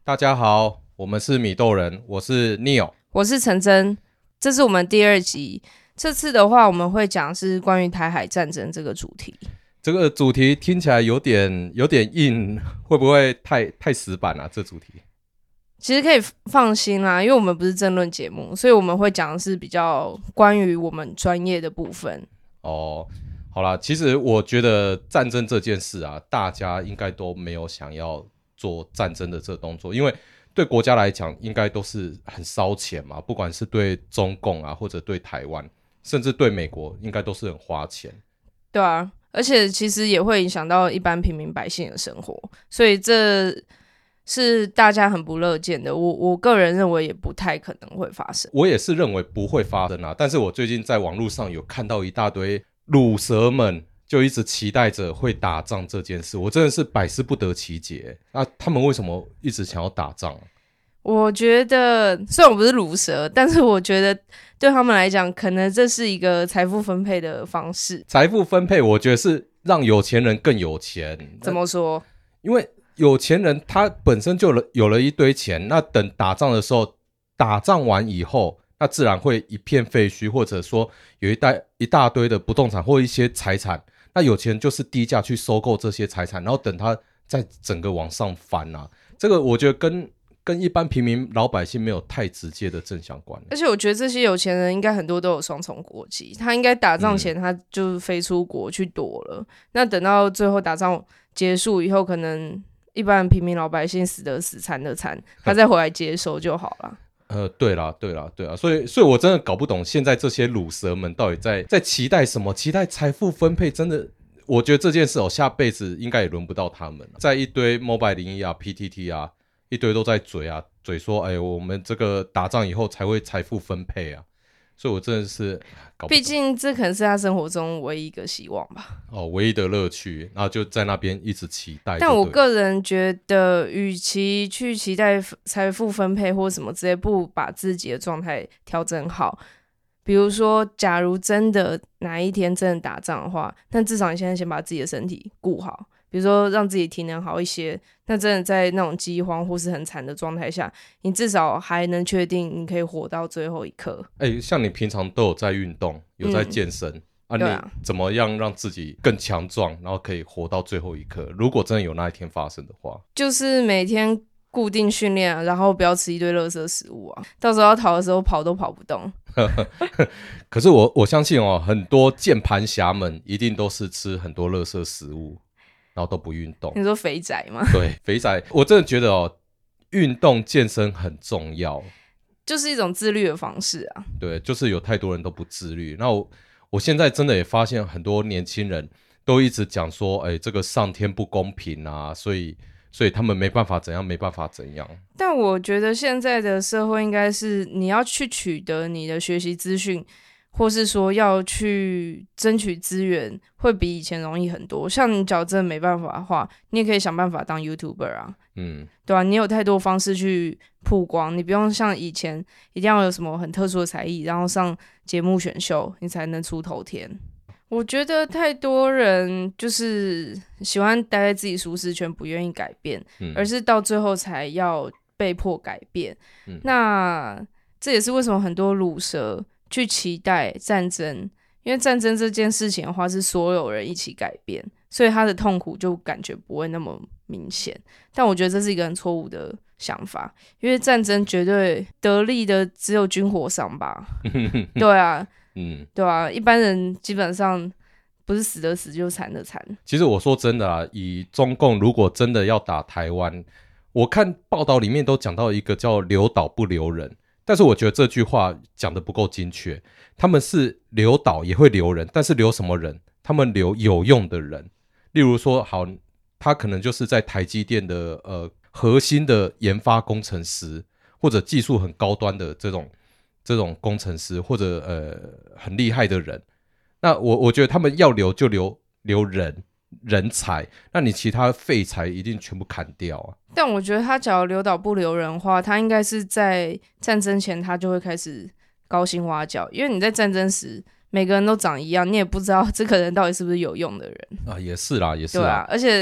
大家好，我们是米豆人，我是 Neil， 我是陈真，这是我们第2集。这次的话，我们会讲是关于台海战争这个主题。 这个主题听起来有点硬，会不会太死板啊？这主题其实可以放心啦，因为我们不是政论节目，所以我们会讲的是比较关于我们专业的部分。 哦。好啦，其实我觉得战争这件事啊，大家应该都没有想要做战争的这个动作，因为对国家来讲，应该都是很烧钱嘛，不管是对中共啊，或者对台湾，甚至对美国，应该都是很花钱。 对啊，而且其实也会影响到一般平民百姓的生活，所以这是大家很不乐见的。我个人认为也不太可能会发生。 我也是认为不会发生啊，但是我最近在网络上有看到一大堆鲁蛇们就一直期待着会打仗这件事，我真的是百思不得其解。那他们为什么一直想要打仗啊？ 我觉得虽然我不是鲁蛇，但是我觉得对他们来讲，可能这是一个财富分配的方式。 财富分配我觉得是让有钱人更有钱。 怎么说？ 因为有钱人他本身就有了一堆钱，那等打仗的时候，打仗完以后，那自然会一片废墟，或者说有一大堆的不动产或一些财产，那有钱人就是低价去收购这些财产，然后等他再整个往上翻啊。这个我觉得跟一般平民老百姓没有太直接的正相关。 而且我觉得这些有钱人应该很多都有双重国籍，他应该打仗前他就飞出国去躲了，那等到最后打仗结束以后，可能一般平民老百姓死得死惨的惨，他再回来接收就好了。 对啦，所以我真的搞不懂现在这些鲁蛇们到底在期待什么？期待财富分配？真的，我觉得这件事下辈子应该也轮不到他们。在一堆 Mobile01啊、PTT 啊，一堆都在嘴说，我们这个打仗以后才会财富分配啊。所以我真的是搞不懂。 毕竟这可能是他生活中唯一一个希望吧。 唯一的乐趣，然后就在那边一直期待。 但我个人觉得，与其去期待财富分配或什么之类，不如把自己的状态调整好。比如说，假如真的哪一天真的打仗的话，那至少你现在先把自己的身体顾好，比如说让自己体能好一些。那真的在那种饥荒或是很惨的状态下，你至少还能确定你可以活到最后一刻。 像你平常都有在运动，有在健身。你怎么样让自己更强壮，然后可以活到最后一刻？如果真的有那一天发生的话， 就是每天固定训练啊，然后不要吃一堆垃圾食物啊，到时候要逃的时候跑都跑不动。 可是我相信很多键盘侠们一定都是吃很多垃圾食物，然后都不运动。 你说肥宅吗？ 对，肥宅，我真的觉得运动健身很重要， 就是一种自律的方式啊。 对，就是有太多人都不自律。那我现在真的也发现很多年轻人都一直讲说，这个上天不公平啊，所以他们没办法怎样，没办法怎样。 但我觉得现在的社会应该是你要去取得你的学习资讯，或是说要去争取资源，会比以前容易很多。像你假如真的没办法的话，你也可以想办法当 YouTuber 啊。对啊，你有太多方式去曝光，你不用像以前一定要有什么很特殊的才艺，然后上节目选秀你才能出头天。我觉得太多人就是喜欢待在自己舒适圈，不愿意改变，而是到最后才要被迫改变。那这也是为什么很多鲁蛇去期待战争，因为战争这件事情的话是所有人一起改变，所以他的痛苦就感觉不会那么明显。但我觉得这是一个很错误的想法，因为战争绝对得利的只有军火商吧。对啊，对啊，一般人基本上不是死的死就惨的惨。 其实我说真的啦，以中共如果真的要打台湾，我看报道里面都讲到一个叫留岛不留人，但是我觉得这句话讲得不够精确。他们是留岛也会留人，但是留什么人？他们留有用的人。例如说，好，他可能就是在台积电的核心的研发工程师，或者技术很高端的这种工程师，或者很厉害的人。那我觉得他们要留就留人才，那你其他废材一定全部砍掉啊。 但我觉得他假如留岛不留人的话，他应该是在战争前他就会开始高薪挖角，因为你在战争时每个人都长一样，你也不知道这个人到底是不是有用的人啊。也是啦， 对啊，而且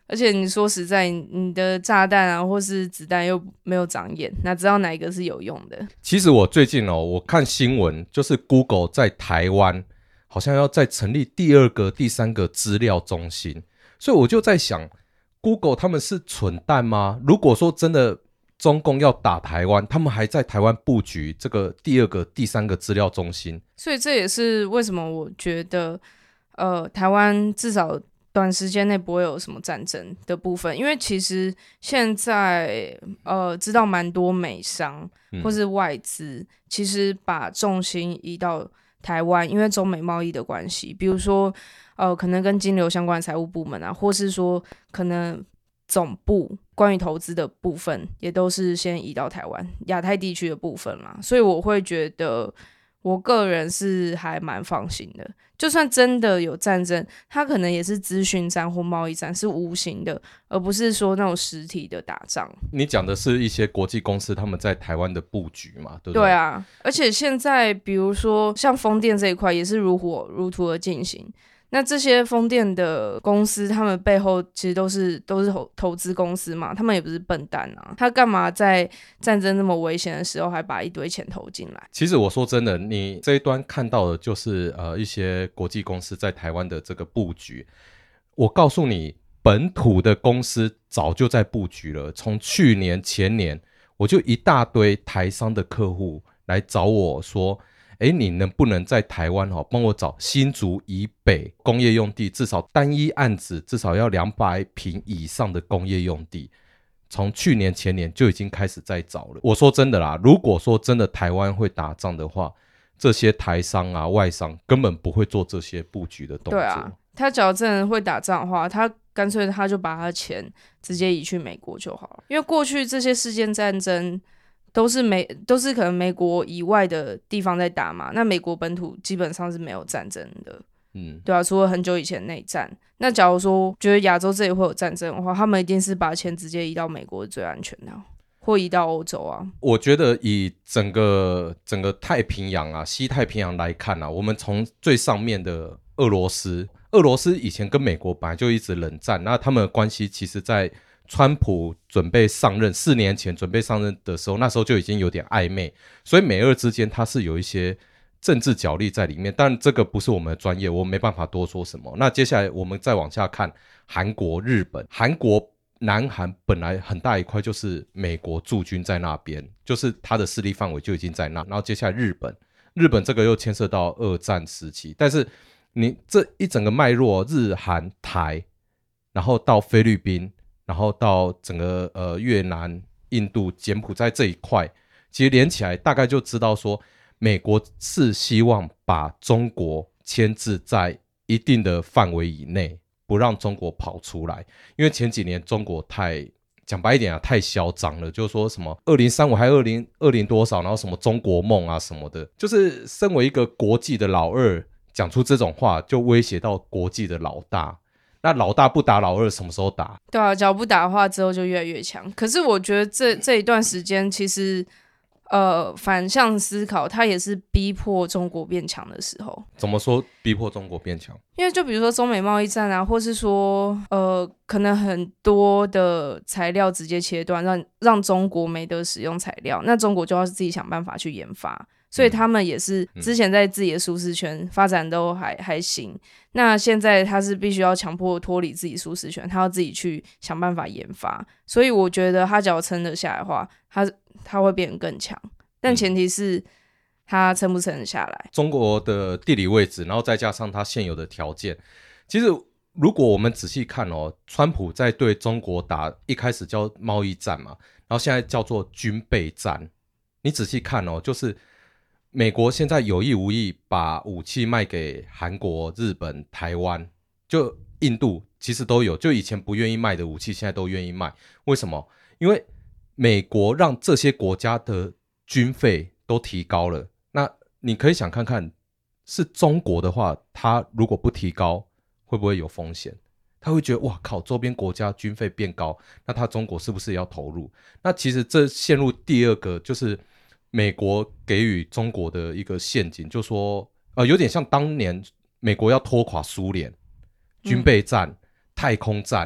而且你说实在，你的炸弹啊或是子弹又没有长眼，哪知道哪一个是有用的？ 其实我最近我看新闻，就是 Google 在台湾好像要再成立第二个、第三个资料中心，所以我就在想 ，Google 他们是蠢蛋吗？如果说真的中共要打台湾，他们还在台湾布局这个第二个、第三个资料中心， 所以这也是为什么我觉得，台湾至少短时间内不会有什么战争的部分，因为其实现在知道蛮多美商或是外资，其实把重心移到台湾，因为中美贸易的关系，比如说可能跟金流相关的财务部门啊，或是说可能总部关于投资的部分，也都是先移到台湾亚太地区的部分啦，所以我会觉得我个人是还蛮放心的。就算真的有战争，它可能也是资讯战或贸易战，是无形的，而不是说那种实体的打仗。 你讲的是一些国际公司他们在台湾的布局嘛，对不对？ 对啊，而且现在比如说像风电这一块也是如火如荼的进行。那这些风电的公司，他们背后其实都是投资公司嘛，他们也不是笨蛋啊，他干嘛在战争那么危险的时候还把一堆钱投进来？ 其实我说真的，你这一端看到的就是一些国际公司在台湾的这个布局。我告诉你，本土的公司早就在布局了。从去年前年，我就一大堆台商的客户来找我说，你能不能在台湾帮我找新竹以北工业用地，至少单一案子至少要200坪以上的工业用地。从去年前年就已经开始在找了。我说真的啦，如果说真的台湾会打仗的话，这些台商啊外商根本不会做这些布局的动作。 对啊，他只要真的会打仗的话，他干脆他就把他的钱直接移去美国就好了。因为过去这些世界战争都是可能美国以外的地方在打嘛，那美国本土基本上是没有战争的。对啊，除了很久以前内战。那假如说觉得亚洲这里会有战争的话，他们一定是把钱直接移到美国是最安全的，或移到欧洲啊。 我觉得以整个太平洋啊，西太平洋来看啊，我们从最上面的俄罗斯以前跟美国本来就一直冷战，那他们的关系其实在川普准备上任4年前准备上任的时候，那时候就已经有点暧昧，所以美俄之间它是有一些政治角力在里面，但这个不是我们的专业，我没办法多说什么。那接下来我们再往下看韩国、日本。南韩本来很大一块就是美国驻军在那边，就是它的势力范围就已经在那。然后接下来日本这个又牵涉到二战时期，但是你这一整个脉络，日韩台，然后到菲律宾，然后到整个越南、印度、柬埔寨这一块，其实连起来大概就知道说，美国是希望把中国牵制在一定的范围以内，不让中国跑出来。因为前几年中国讲白一点啊，太嚣张了，就是说什么2035还2020多少，然后什么中国梦啊什么的，就是身为一个国际的老二，讲出这种话就威胁到国际的老大。那老大不打老二，什么时候打？ 对啊，只要不打的话，之后就越来越强。可是我觉得这一段时间，其实反向思考，它也是逼迫中国变强的时候。 怎么说逼迫中国变强？ 因为就比如说中美贸易战啊，或是说可能很多的材料直接切断，让中国没得使用材料，那中国就要自己想办法去研发。所以他们也是之前在自己的舒适圈发展都还行，那现在他是必须要强迫脱离自己舒适圈，他要自己去想办法研发。所以我觉得他只要撑得下来的话，他会变得更强，但前提是他撑不撑得下来。 中国的地理位置，然后再加上他现有的条件，其实如果我们仔细看川普在对中国打一开始叫贸易战嘛，然后现在叫做军备战。你仔细看就是美国现在有意无意把武器卖给韩国、日本、台湾，就印度其实都有，就以前不愿意卖的武器现在都愿意卖。为什么？因为美国让这些国家的军费都提高了，那你可以想看看，是中国的话，它如果不提高，会不会有风险？他会觉得哇靠，周边国家军费变高，那他中国是不是要投入？那其实这陷入第二个就是美国给予中国的一个陷阱，就说有点像当年美国要拖垮苏联，军备战、太空战，然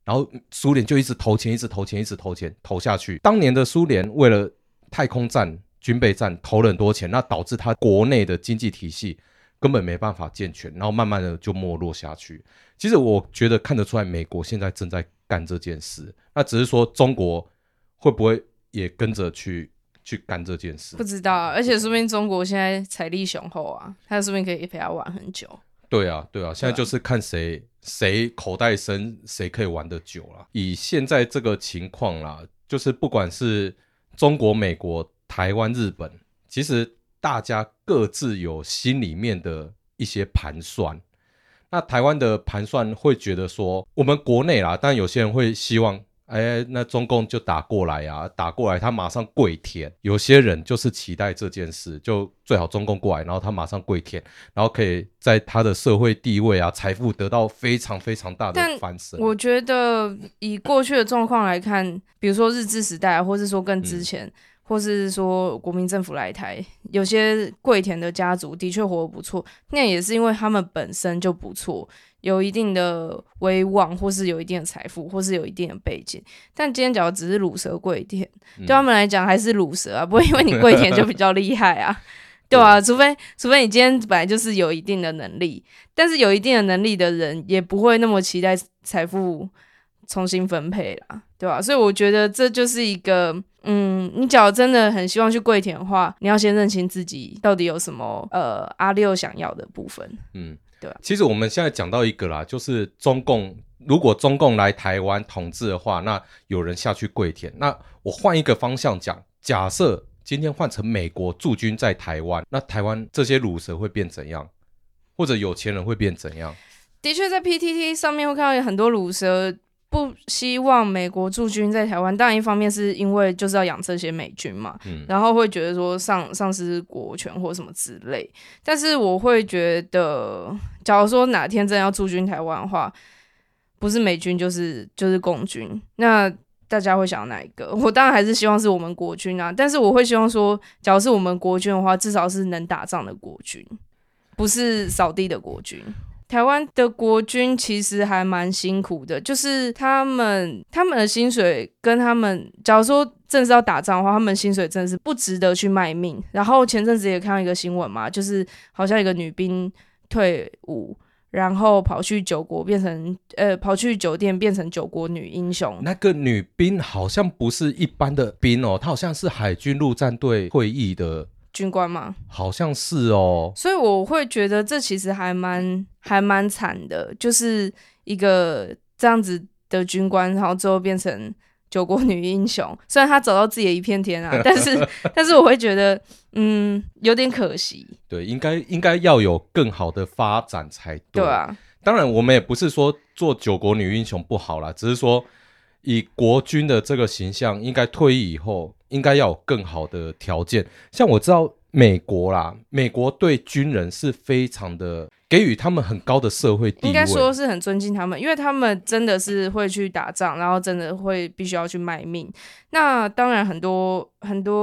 然后苏联就一直投钱，一直投钱，一直投钱，投下去。当年的苏联为了太空战、军备战投了很多钱，那导致他国内的经济体系根本没办法健全，然后慢慢的就没落下去。其实我觉得看得出来，美国现在正在干这件事，那只是说中国会不会也跟着去干这件事？ 不知道啊，而且说不定中国现在财力雄厚啊，他说不定可以陪他玩很久。 对啊，现在就是看谁口袋深，谁可以玩得久啦。以现在这个情况啦，就是不管是中国、美国、台湾、日本，其实大家各自有心里面的一些盘算。那台湾的盘算会觉得说，我们国内啦，但有些人会希望那中共就打过来啊，打过来他马上跪舔。有些人就是期待这件事，就最好中共过来，然后他马上跪舔，然后可以在他的社会地位啊、财富得到非常非常大的翻身。 我觉得以过去的状况来看，比如说日治时代，或是说更之前，或是说国民政府来台，有些跪舔的家族的确活得不错，那也是因为他们本身就不错，有一定的威望，或是有一定的财富，或是有一定的背景。但今天假如只是乳蛇跪舔，对他们来讲还是乳蛇啊，不会因为你跪舔就比较厉害啊。对啊，除非你今天本来就是有一定的能力，但是有一定的能力的人也不会那么期待财富重新分配啦，对吧？所以我觉得这就是一个，你假如真的很希望去跪舔的话，你要先认清自己到底有什么阿六想要的部分，对吧？ 其实我们现在讲到一个啦，就是如果中共来台湾统治的话，那有人下去跪舔。那我换一个方向讲，假设今天换成美国驻军在台湾，那台湾这些乳蛇会变怎样？或者有钱人会变怎样？ 的确，在 PTT 上面会看到有很多乳蛇不希望美国驻军在台湾，当然一方面是因为就是要养这些美军嘛，然后会觉得说丧失国权或什么之类。但是我会觉得，假如说哪天真的要驻军台湾的话，不是美军就是共军，那大家会想要哪一个？我当然还是希望是我们国军啊，但是我会希望说，假如是我们国军的话，至少是能打仗的国军，不是扫地的国军。台湾的国军其实还蛮辛苦的，就是他们的薪水跟他们，假如说正是要打仗的话，他们薪水真的是不值得去卖命。然后前阵子也看到一个新闻嘛，就是好像一个女兵退伍，然后跑去酒店变成9国女英雄。 那个女兵好像不是一般的兵哦，她好像是海军陆战队退役的军官吗？ 好像是哦。所以我会觉得这其实还蛮惨的，就是一个这样子的军官，然后最后变成9国女英雄。虽然他找到自己的一片天啊，但是我会觉得有点可惜。 对，应该要有更好的发展才对。 对啊， 当然我们也不是说做9国女英雄不好啦，只是说以国军的这个形象，应该退役以后应该要有更好的条件。像我知道美国对军人是非常的给予他们很高的社会地位， 应该说是很尊敬他们，因为他们真的是会去打仗，然后真的会必须要去卖命。那当然很多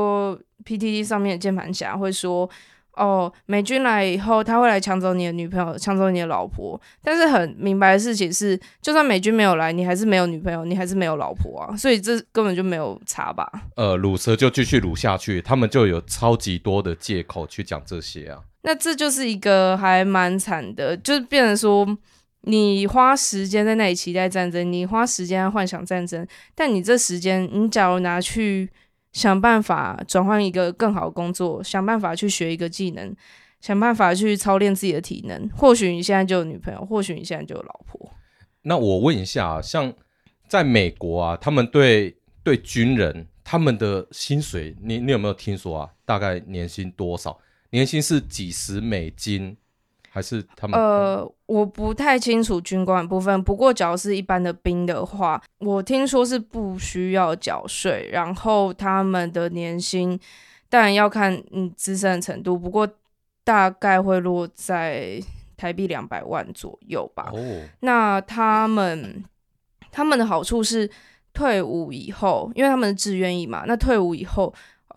PTT 上面的键盘侠会说，美军来以后他会来抢走你的女朋友，抢走你的老婆。但是很明白的事情是，就算美军没有来，你还是没有女朋友，你还是没有老婆啊，所以这根本就没有差吧。 乳蛇就继续乳下去，他们就有超级多的借口去讲这些啊。 那这就是一个还蛮惨的，就是变成说你花时间在那里期待战争，你花时间幻想战争，但你这时间你假如拿去想办法转换一个更好的工作，想办法去学一个技能，想办法去操练自己的体能，或许你现在就有女朋友，或许你现在就有老婆。 那我问一下，像在美国啊，他们对军人他们的薪水，你有没有听说啊？大概年薪多少？年薪是几十美金，还是他们？ 我不太清楚军官的部分，不过假如是一般的兵的话，我听说是不需要缴税，然后他们的年薪当然要看你资深的程度，不过大概会落在台币200万左右吧。那他们的好处是退伍以后，因为他们是志愿役嘛，那退伍以后，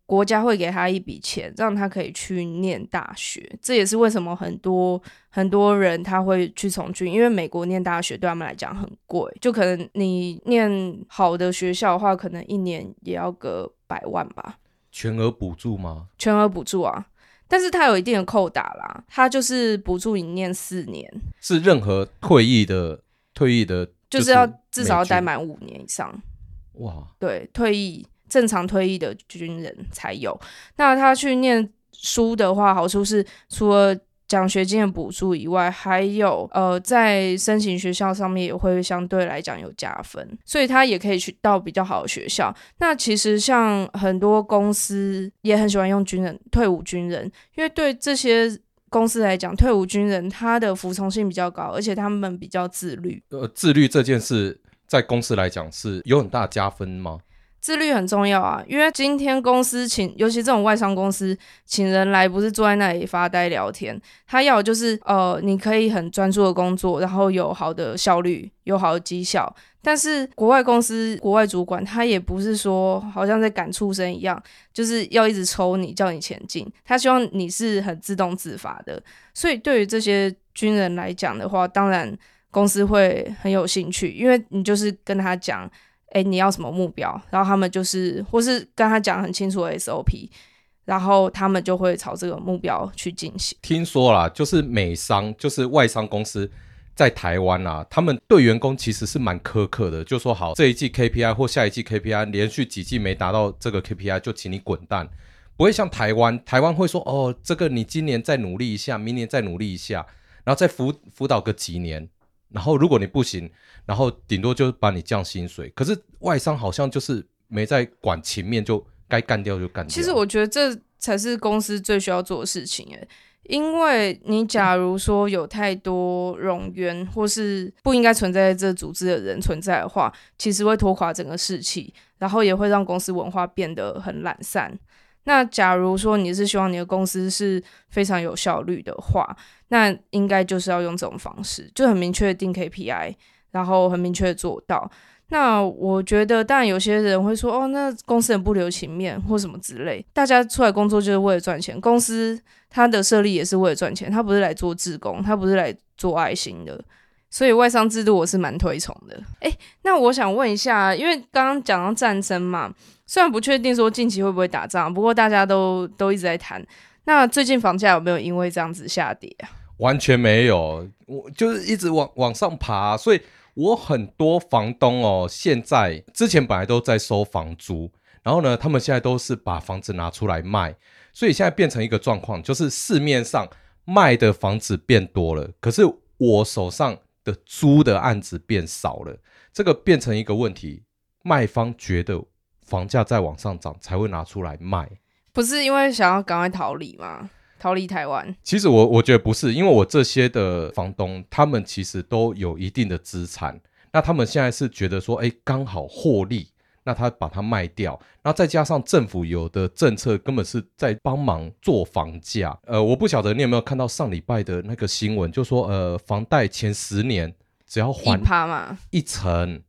国家会给他一笔钱，让他可以去念大学。这也是为什么很多人他会去从军，因为美国念大学对他们来讲很贵，就可能你念好的学校的话，可能一年也要个100万吧。 全额补助吗？ 全额补助啊，但是它有一定的扣打啦，它就是补助你念4年， 是任何退役的就是要至少要待满5年以上。 哇， 对，正常退役的军人才有。那他去念书的话，好处是除了奖学金的补助以外，还有在申请学校上面也会相对来讲有加分，所以他也可以去到比较好的学校。那其实像很多公司也很喜欢用退伍军人，因为对这些公司来讲，退伍军人他的服从性比较高，而且他们比较自律。 自律这件事在公司来讲是有很大加分吗？ 自律很重要啊，因为今天公司尤其这种外商公司请人来，不是坐在那里发呆聊天，他要的就是你可以很专注的工作，然后有好的效率，有好的绩效。但是国外公司国外主管他也不是说好像在赶畜生一样，就是要一直抽你叫你前进，他希望你是很自动自发的。所以对于这些军人来讲的话，当然公司会很有兴趣，因为你就是跟他讲你要什么目标，然后他们就是或是跟他讲很清楚的 SOP， 然后他们就会朝这个目标去进行。 听说啦，就是美商就是外商公司在台湾啊，他们对员工其实是蛮苛刻的，就说好这一季 KPI 或下一季 KPI 连续几季没达到这个 KPI 就请你滚蛋，不会像台湾会说这个你今年再努力一下，明年再努力一下，然后再辅导个几年，然后如果你不行，然后顶多就把你降薪水。可是外商好像就是没在管情面，就该干掉就干掉。 其实我觉得这才是公司最需要做的事情耶，因为你假如说有太多冗员或是不应该存在这组织的人存在的话，其实会拖垮整个士气，然后也会让公司文化变得很懒散。那假如说你是希望你的公司是非常有效率的话，那应该就是要用这种方式，就很明确的定 KPI， 然后很明确的做到。那我觉得当然有些人会说那公司很不留情面或什么之类，大家出来工作就是为了赚钱，公司它的设立也是为了赚钱，它不是来做志工，它不是来做爱心的，所以外商制度我是蛮推崇的。那我想问一下，因为刚刚讲到战争嘛，虽然不确定说近期会不会打仗，不过大家都一直在谈，那最近房价有没有因为这样子下跌啊？ 完全没有，我就是一直往上爬，所以我很多房东现在之前本来都在收房租，然后呢他们现在都是把房子拿出来卖，所以现在变成一个状况，就是市面上卖的房子变多了，可是我手上的租的案子变少了，这个变成一个问题，卖方觉得房价再往上涨才会拿出来卖。 不是因为想要赶快逃离吗？逃离台湾？ 其实我觉得不是，因为我这些的房东他们其实都有一定的资产，那他们现在是觉得说刚好获利，那他把它卖掉，然后再加上政府有的政策根本是在帮忙做房价。我不晓得你有没有看到上礼拜的那个新闻，就说房贷前10年只要还 1%嘛 ，1成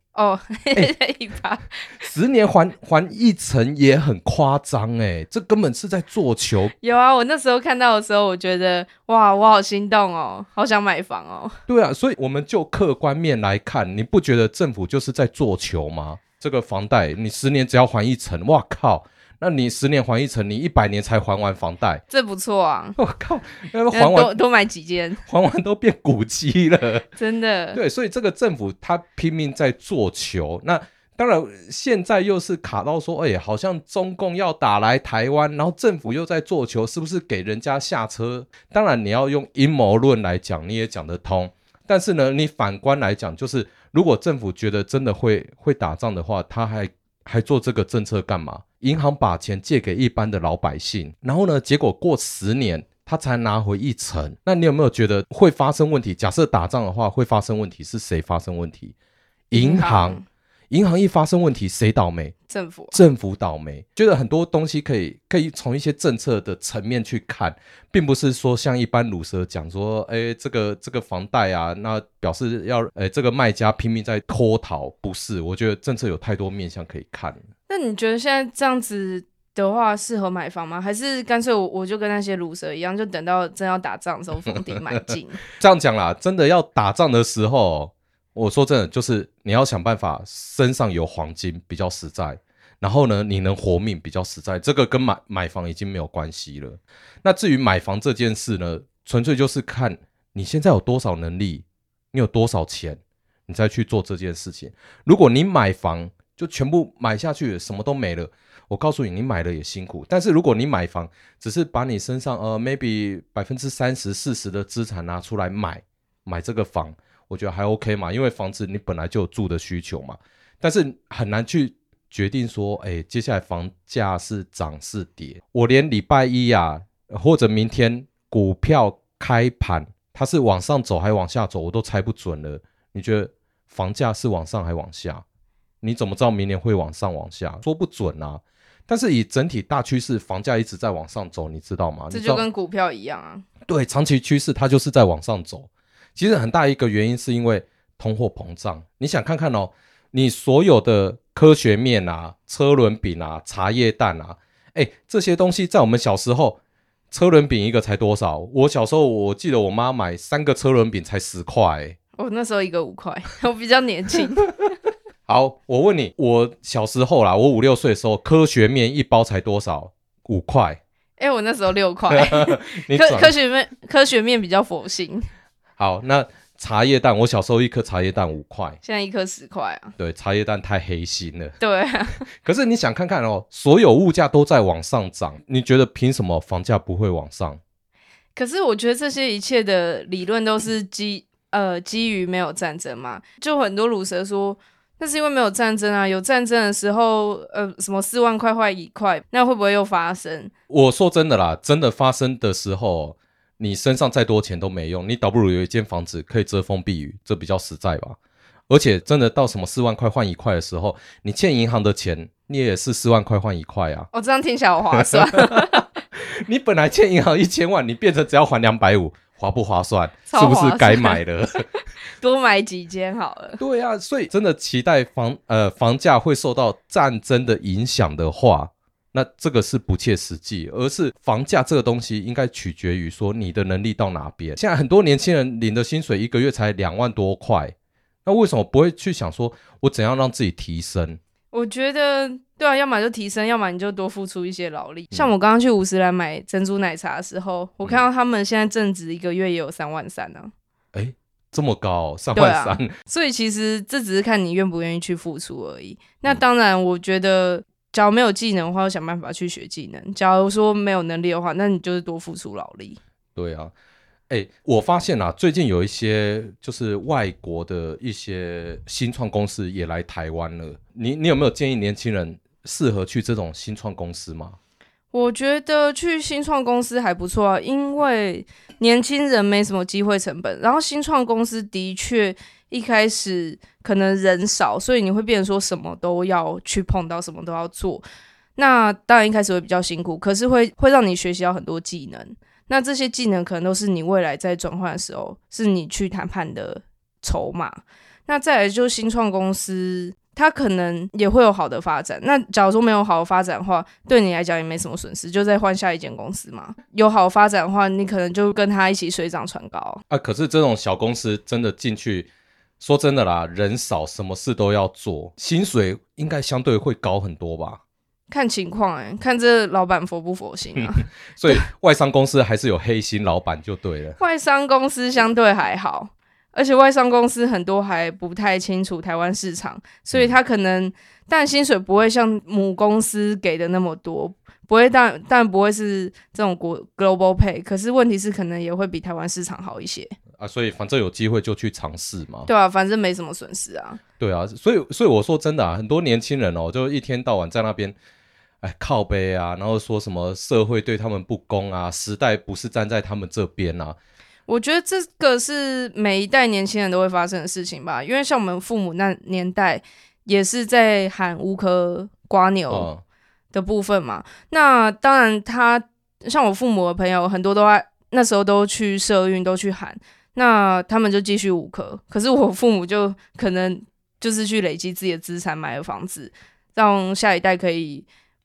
1% 10年还1成也很夸张这根本是在做球。 有啊，我那时候看到的时候，我觉得哇，我好心动好想买房对啊，所以我们就客观面来看，你不觉得政府就是在做球吗？这个房贷你10年只要还1成，哇靠！那你10年还1成，你100年才还完房贷， 这不错啊！ 我靠，还完多买几间， 还完都变古迹了， 真的。 对，所以这个政府他拼命在做球。那当然现在又是卡到说好像中共要打来台湾，然后政府又在做球，是不是给人家下车？当然你要用阴谋论来讲你也讲得通，但是呢你反观来讲，就是如果政府觉得真的会打仗的话，他还做这个政策干嘛？银行把钱借给一般的老百姓，然后呢结果过10年他才拿回1成，那你有没有觉得会发生问题？假设打仗的话会发生问题，是谁发生问题？银行一发生问题，谁倒霉？政府倒霉。觉得很多东西可以从一些政策的层面去看，并不是说像一般鲁蛇讲说这个房贷啊，那表示要这个卖家拼命在脱逃，不是。我觉得政策有太多面向可以看。 那你觉得现在这样子的话适合买房吗？还是干脆我就跟那些鲁蛇一样，就等到真要打仗的时候逢低买进？ 这样讲啦，真的要打仗的时候，我说真的，就是你要想办法身上有黄金比较实在，然后呢，你能活命比较实在，这个跟买房已经没有关系了。那至于买房这件事呢，纯粹就是看你现在有多少能力，你有多少钱，你再去做这件事情。如果你买房就全部买下去了，什么都没了，我告诉你，你买了也辛苦。但是如果你买房只是把你身上maybe 30%、40%的资产拿出来买这个房，我觉得还 OK 嘛，因为房子你本来就有住的需求嘛。但是很难去决定说接下来房价是涨是跌。我连礼拜一啊，或者明天股票开盘它是往上走还往下走，我都猜不准了。你觉得房价是往上还往下？你怎么知道明年会往上往下？说不准啊。但是以整体大趋势，房价一直在往上走，你知道吗？ 这就跟股票一样啊。 对，长期趋势它就是在往上走。其实很大一个原因是因为通货膨胀。你想看看哦，你所有的科学面啊、车轮饼啊、茶叶蛋啊，这些东西在我们小时候，车轮饼一个才多少？我小时候我记得我妈买3个车轮饼才10块。 我那时候一个5块，我比较年轻。 好，我问你，我小时候啦，我5、6岁的时候，科学面一包才多少？5块。 我那时候6块。科学面比较佛心。 好，那茶叶蛋，我小时候一颗茶叶蛋5块， 现在一颗10块啊。 对，茶叶蛋太黑心了。 对啊。 可是你想看看哦，所有物价都在往上涨，你觉得凭什么房价不会往上？ 可是我觉得这些一切的理论都是基于没有战争嘛。就很多鲁蛇说，那是因为没有战争啊，有战争的时候，什么4万块换1块，那会不会又发生？ 我说真的啦，真的发生的时候，你身上再多钱都没用，你倒不如有一间房子可以遮风避雨，这比较实在吧。而且真的到什么4万块换1块的时候，你欠银行的钱，你也是4万块换1块啊。 这样听起来好划算。 你本来欠银行1000万，你变成只要还250，划不划算？是不是该买了？ 多买几间好了。 对啊，所以真的期待房价会受到战争的影响的话，那这个是不切实际，而是房价这个东西应该取决于说你的能力到哪边。现在很多年轻人领的薪水1个月才2万多块，那为什么不会去想说我怎样让自己提升？ 我觉得对啊，要么就提升，要么你就多付出一些劳力。像我刚刚去50兰买珍珠奶茶的时候，我看到他们现在正职1个月也有3万3啊。 这么高3万3。 所以其实这只是看你愿不愿意去付出而已。那当然我觉得假如没有技能的话，要想办法去学技能。假如说没有能力的话，那你就是多付出劳力。 对啊。我发现啊，最近有一些就是外国的一些新创公司也来台湾了。你有没有建议年轻人适合去这种新创公司吗？ 我觉得去新创公司还不错啊，因为年轻人没什么机会成本，然后新创公司的确一开始可能人少，所以你会变成说什么都要去碰到，什么都要做。那当然一开始会比较辛苦，可是会让你学习到很多技能。那这些技能可能都是你未来在转换的时候，是你去谈判的筹码。那再来就是新创公司，它可能也会有好的发展。那假如说没有好的发展的话，对你来讲也没什么损失，就再换下一间公司嘛。有好的发展的话，你可能就跟他一起水涨船高啊。 可是这种小公司真的进去，说真的啦，人少，什么事都要做，薪水应该相对会高很多吧？ 看情况看这老板佛不佛心啊。 所以外商公司还是有黑心老板就对了。 外商公司相对还好，而且外商公司很多还不太清楚台湾市场，所以他可能但薪水不会像母公司给的那么多，不会但不会是这种global pay， 可是问题是可能也会比台湾市场好一些所以反正有机会就去尝试嘛。 对啊，反正没什么损失啊。 对啊，所以我说真的很多年轻人就一天到晚在那边靠背啊，然后说什么社会对他们不公啊，时代不是站在他们这边啊。 我觉得这个是每一代年轻人都会发生的事情吧，因为像我们父母那年代也是在喊无壳蝸牛的部分嘛。那当然像我父母的朋友很多都那时候都去社运都去喊，那他们就继续无壳。可是我父母就可能就是去累积自己的资产，买了房子，让下一代可以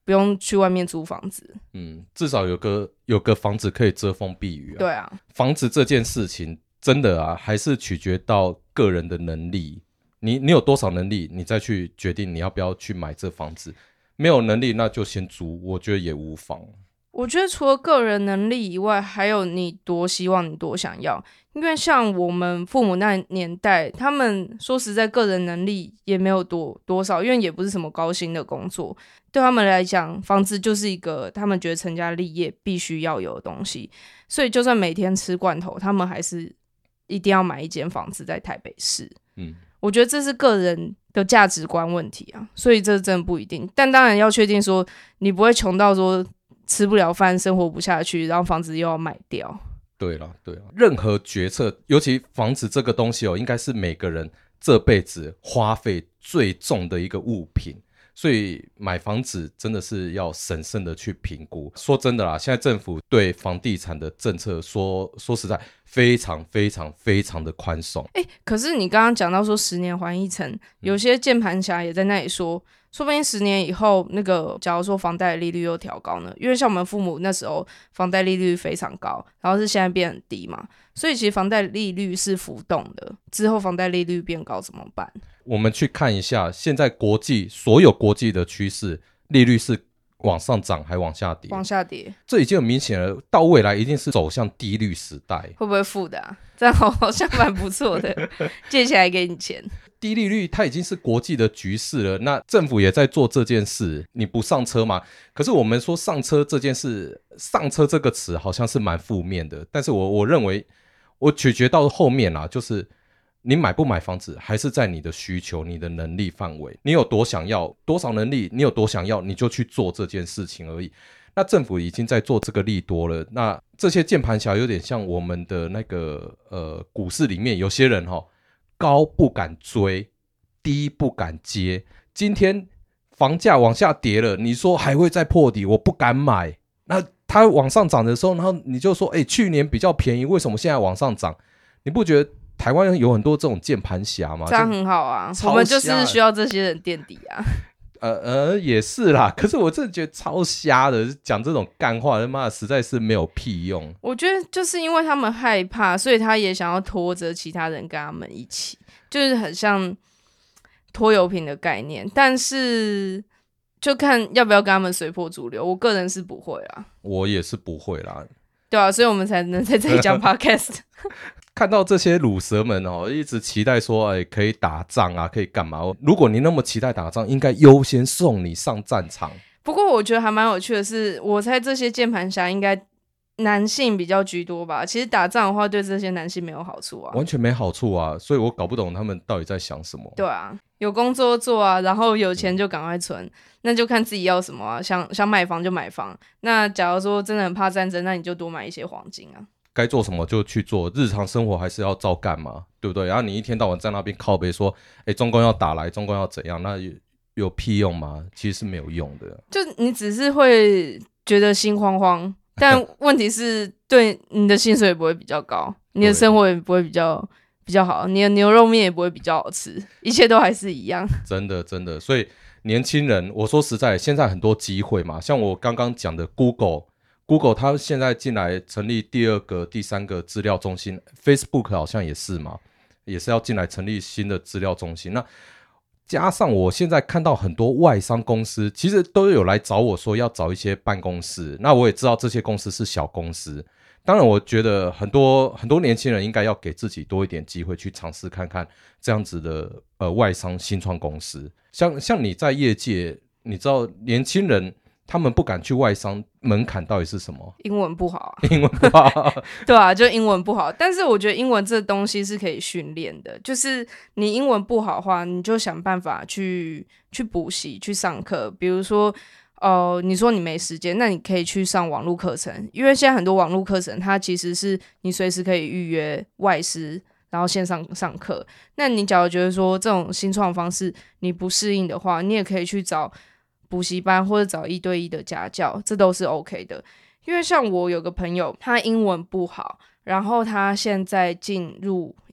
不用去外面租房子。 至少有个房子可以遮风避雨啊。 对啊， 房子这件事情真的啊，还是取决到个人的能力。你有多少能力，你再去决定你要不要去买这房子。没有能力那就先租，我觉得也无妨。 我觉得除了个人能力以外，还有你多希望，你多想要。因为像我们父母那年代，他们说实在个人能力也没有多少，因为也不是什么高薪的工作，对他们来讲房子就是一个他们觉得成家立业必须要有的东西，所以就算每天吃罐头，他们还是一定要买一间房子在台北市。我觉得这是个人的价值观问题啊，所以这真的不一定。但当然要确定说你不会穷到说吃不了饭生活不下去，然后房子又要卖掉。 对啦，任何决策，尤其房子这个东西应该是每个人这辈子花费最重的一个物品，所以买房子真的是要审慎的去评估。说真的啦，现在政府对房地产的政策说实在非常非常非常的宽松。 可是你刚刚讲到说10年还一层，有些键盘侠也在那里说不定10年以后那个假如说房贷利率又调高呢，因为像我们父母那时候房贷利率非常高，然后是现在变很低嘛，所以其实房贷利率是浮动的，之后房贷利率变高怎么办？ 我们去看一下现在所有国际的趋势，利率是往上涨还往下跌？ 往下跌， 这已经很明显了，到未来一定是走向低率时代。 会不会负的啊？这样好像蛮不错的，借起来给你钱。 低利率它已经是国际的局势了，那政府也在做这件事，你不上车吗？可是我们说上车这件事，上车这个词好像是蛮负面的，但是我认为我取决到后面啦，就是你买不买房子还是在你的需求你的能力范围，你有多想要多少能力，你有多想要你就去做这件事情而已。那政府已经在做这个利多了，那这些键盘侠有点像我们的那个股市里面有些人高不敢追，低不敢接。今天房价往下跌了，你说还会再破底，我不敢买。那它往上涨的时候，然后你就说去年比较便宜，为什么现在往上涨？你不觉得台湾有很多这种键盘侠吗？ 这样很好啊，我们就是需要这些人垫底啊。 也是啦，可是我真的觉得超瞎的，讲这种干话，他妈的实在是没有屁用。 我觉得就是因为他们害怕，所以他也想要拖着其他人跟他们一起，就是很像拖油瓶的概念。但是就看要不要跟他们随波逐流，我个人是不会啦。 我也是不会啦。 对啊，所以我们才能在这里讲 podcast。 看到这些鲁蛇们一直期待说可以打仗啊，可以干嘛？如果你那么期待打仗，应该优先送你上战场。 不过我觉得还蛮有趣的是，我猜这些键盘侠应该男性比较居多吧。其实打仗的话对这些男性没有好处啊， 完全没好处啊，所以我搞不懂他们到底在想什么。 对啊，有工作做啊，然后有钱就赶快存，那就看自己要什么啊。想买房就买房，那假如说真的很怕战争，那你就多买一些黄金啊。该做什么就去做，日常生活还是要照干嘛，对不对？然后你一天到晚在那边靠北说中共要打来，中共要怎样，那有屁用吗？其实是没有用的，就你只是会觉得心慌慌，但问题是对你的薪水也不会比较高，你的生活也不会比较好，你的牛肉面也不会比较好吃，一切都还是一样。真的真的，所以年轻人，我说实在，现在很多机会嘛，像我刚刚讲的 Google 它现在进来成立第2个第3个资料中心， Facebook 好像也是嘛，也是要进来成立新的资料中心。那加上我现在看到很多外商公司其实都有来找我说要找一些办公室，那我也知道这些公司是小公司，当然我觉得很多年轻人应该要给自己多一点机会去尝试看看这样子的外商新创公司。像你在业界，你知道年轻人他们不敢去外商，门槛到底是什么？英文不好啊。英文不好对啊，就英文不好。但是我觉得英文这东西是可以训练的，就是你英文不好的话，你就想办法去补习，去上课。比如说你说你没时间，那你可以去上网络课程，因为现在很多网络课程它其实是你随时可以预约外师，然后线上上课。那你假如觉得说这种新创方式你不适应的话，你也可以去找补习班或者找1对1的家教，这都是 OK 的。因为像我有个朋友，他英文不好，然后他现在进入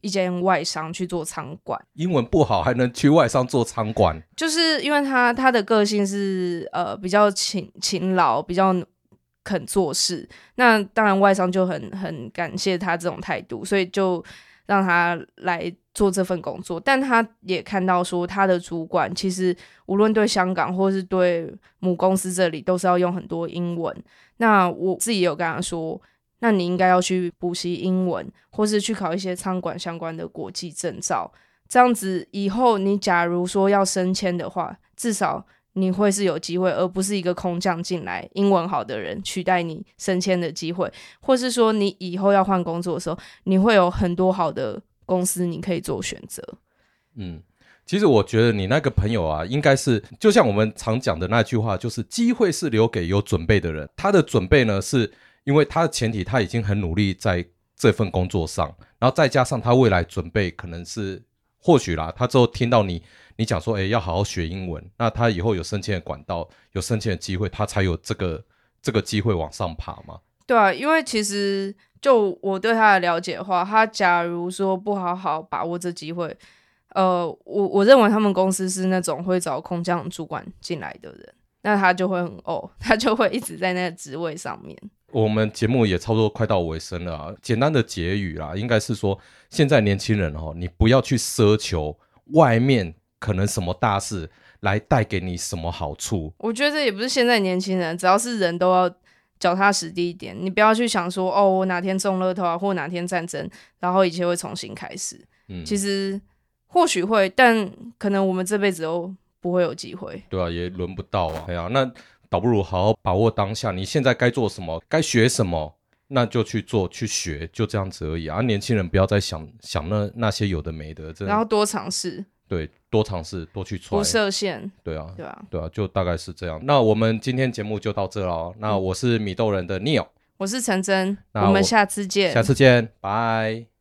一间外商去做仓管。 英文不好还能去外商做仓管， 就是因为他的个性是比较勤劳，比较肯做事，那当然外商就很感谢他这种态度，所以就让他来做这份工作。但他也看到说他的主管其实无论对香港或是对母公司这里都是要用很多英文，那我自己也有跟他说，那你应该要去补习英文，或是去考一些仓管相关的国际证照，这样子以后你假如说要升迁的话，至少你会是有机会，而不是一个空降进来英文好的人取代你升迁的机会，或是说你以后要换工作的时候，你会有很多好的公司你可以做选择。 其实我觉得你那个朋友啊，应该是就像我们常讲的那句话，就是机会是留给有准备的人。他的准备呢，是因为他的前提他已经很努力在这份工作上，然后再加上他未来准备可能是或许啦，他之后听到你讲说要好好学英文，那他以后有升迁的管道，有升迁的机会，他才有这个机会往上爬嘛。 对啊，因为其实就我对他的了解的话，他假如说不好好把握这机会，我认为他们公司是那种会找空降主管进来的人，那他就会很他就会一直在那个职位上面。 我们节目也差不多快到尾声了啊，简单的结语啦，应该是说现在年轻人你不要去奢求外面可能什么大事来带给你什么好处。 我觉得这也不是现在年轻人，只要是人都要脚踏实地一点，你不要去想说我哪天中乐透啊，或哪天战争，然后一切会重新开始。其实或许会，但可能我们这辈子都不会有机会。 对啊，也轮不到啊。那倒不如好好把握当下，你现在该做什么，该学什么，那就去做去学，就这样子而已啊。年轻人不要再想那些有的没的， 然后多尝试。 对，多尝试，多去 try， 不设限。 对啊，就大概是这样。那我们今天节目就到这了。那我是米豆人的 Neil， 我是陈真，我们下次见， 拜。